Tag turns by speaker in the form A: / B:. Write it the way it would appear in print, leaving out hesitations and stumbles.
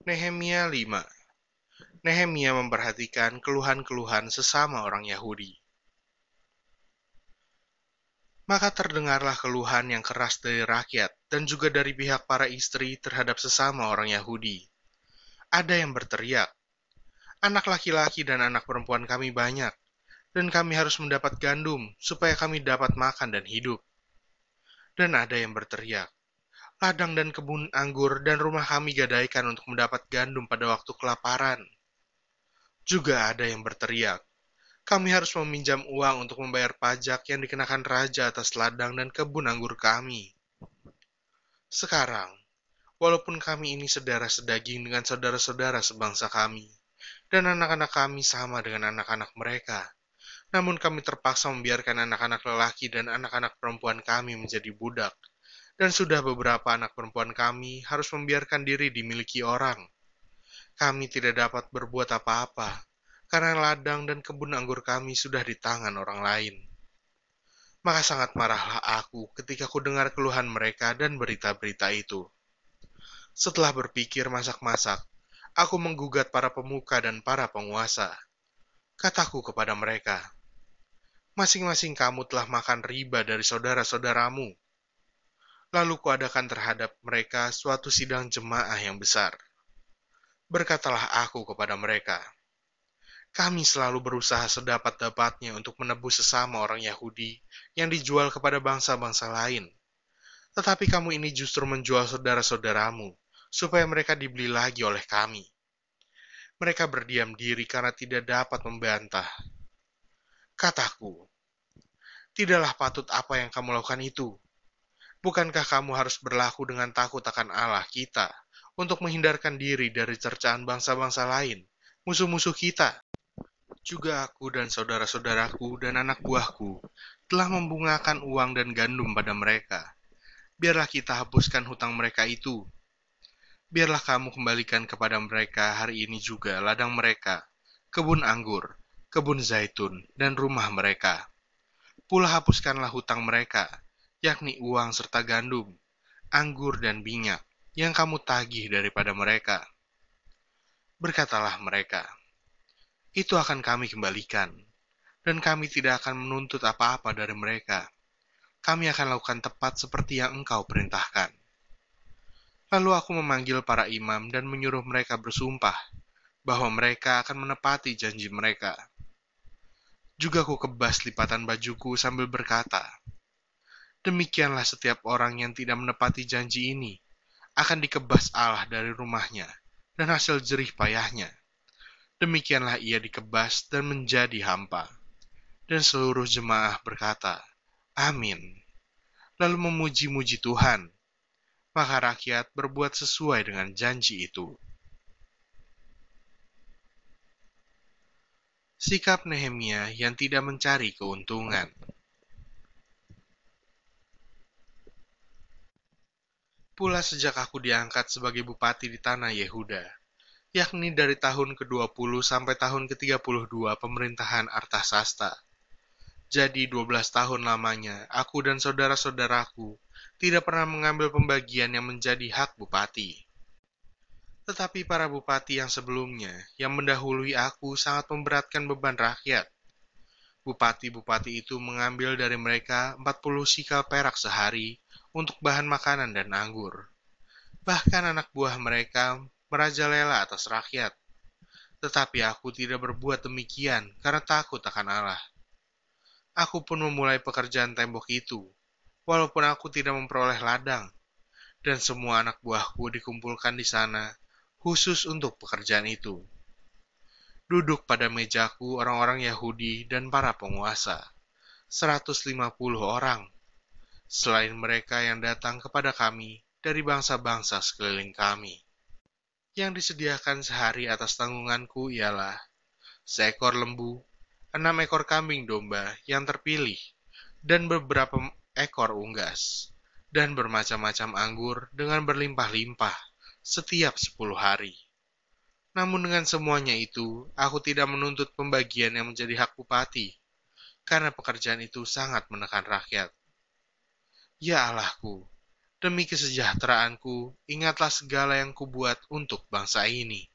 A: Nehemia 5. Nehemia memperhatikan keluhan-keluhan sesama orang Yahudi. Maka terdengarlah keluhan yang keras dari rakyat dan juga dari pihak para istri terhadap sesama orang Yahudi. Ada yang berteriak, "Anak laki-laki dan anak perempuan kami banyak, dan kami harus mendapat gandum supaya kami dapat makan dan hidup." Dan ada yang berteriak, "Ladang dan kebun anggur dan rumah kami gadaikan untuk mendapat gandum pada waktu kelaparan." Juga ada yang berteriak, "Kami harus meminjam uang untuk membayar pajak yang dikenakan raja atas ladang dan kebun anggur kami." Sekarang, walaupun kami ini saudara sedaging dengan saudara-saudara sebangsa kami, dan anak-anak kami sama dengan anak-anak mereka, namun kami terpaksa membiarkan anak-anak lelaki dan anak-anak perempuan kami menjadi budak, dan sudah beberapa anak perempuan kami harus membiarkan diri dimiliki orang. Kami tidak dapat berbuat apa-apa, karena ladang dan kebun anggur kami sudah di tangan orang lain. Maka sangat marahlah aku ketika ku dengar keluhan mereka dan berita-berita itu. Setelah berpikir masak-masak, aku menggugat para pemuka dan para penguasa. Kataku kepada mereka, "Masing-masing kamu telah makan riba dari saudara-saudaramu." Lalu kuadakan terhadap mereka suatu sidang jemaah yang besar. Berkatalah aku kepada mereka, "Kami selalu berusaha sedapat-dapatnya untuk menebus sesama orang Yahudi yang dijual kepada bangsa-bangsa lain. Tetapi kamu ini justru menjual saudara-saudaramu, supaya mereka dibeli lagi oleh kami." Mereka berdiam diri karena tidak dapat membantah. Kataku, "Tidaklah patut apa yang kamu lakukan itu. Bukankah kamu harus berlaku dengan takut akan Allah kita, untuk menghindarkan diri dari cercaan bangsa-bangsa lain, musuh-musuh kita?" Juga aku dan saudara-saudaraku dan anak buahku telah membungakan uang dan gandum pada mereka. Biarlah kita hapuskan hutang mereka itu. Biarlah kamu kembalikan kepada mereka hari ini juga ladang mereka, kebun anggur, kebun zaitun, dan rumah mereka. Pula hapuskanlah hutang mereka, yakni uang serta gandum, anggur dan minyak, yang kamu tagih daripada mereka. Berkatalah mereka, "Itu akan kami kembalikan, dan kami tidak akan menuntut apa-apa dari mereka. Kami akan lakukan tepat seperti yang engkau perintahkan." Lalu aku memanggil para imam dan menyuruh mereka bersumpah bahwa mereka akan menepati janji mereka. Juga ku kebas lipatan bajuku sambil berkata, "Demikianlah setiap orang yang tidak menepati janji ini akan dikebas Allah dari rumahnya dan hasil jerih payahnya." Demikianlah ia dikebas dan menjadi hampa. Dan seluruh jemaah berkata, "Amin." Lalu memuji-muji Tuhan. Maka rakyat berbuat sesuai dengan janji itu. Sikap Nehemia yang tidak mencari keuntungan. Pula sejak aku diangkat sebagai bupati di tanah Yehuda, yakni dari tahun ke-20 sampai tahun ke-32 pemerintahan Artasasta. Jadi 12 tahun lamanya, aku dan saudara-saudaraku tidak pernah mengambil pembagian yang menjadi hak bupati. Tetapi para bupati yang sebelumnya, yang mendahului aku sangat memberatkan beban rakyat. Bupati-bupati itu mengambil dari mereka 40 sikal perak sehari untuk bahan makanan dan anggur. Bahkan anak buah mereka merajalela atas rakyat. Tetapi aku tidak berbuat demikian karena takut akan Allah. Aku pun memulai pekerjaan tembok itu, walaupun aku tidak memperoleh ladang, dan semua anak buahku dikumpulkan di sana, khusus untuk pekerjaan itu. Duduk pada mejaku orang-orang Yahudi dan para penguasa, 150 orang, selain mereka yang datang kepada kami dari bangsa-bangsa sekeliling kami. Yang disediakan sehari atas tanggunganku ialah seekor lembu, 6 ekor kambing domba yang terpilih, dan beberapa ekor unggas, dan bermacam-macam anggur dengan berlimpah-limpah setiap 10 hari. Namun dengan semuanya itu, aku tidak menuntut pembagian yang menjadi hak bupati, karena pekerjaan itu sangat menekan rakyat. Ya Allahku, Demi kesejahteraanku, ingatlah segala yang kubuat untuk bangsa ini.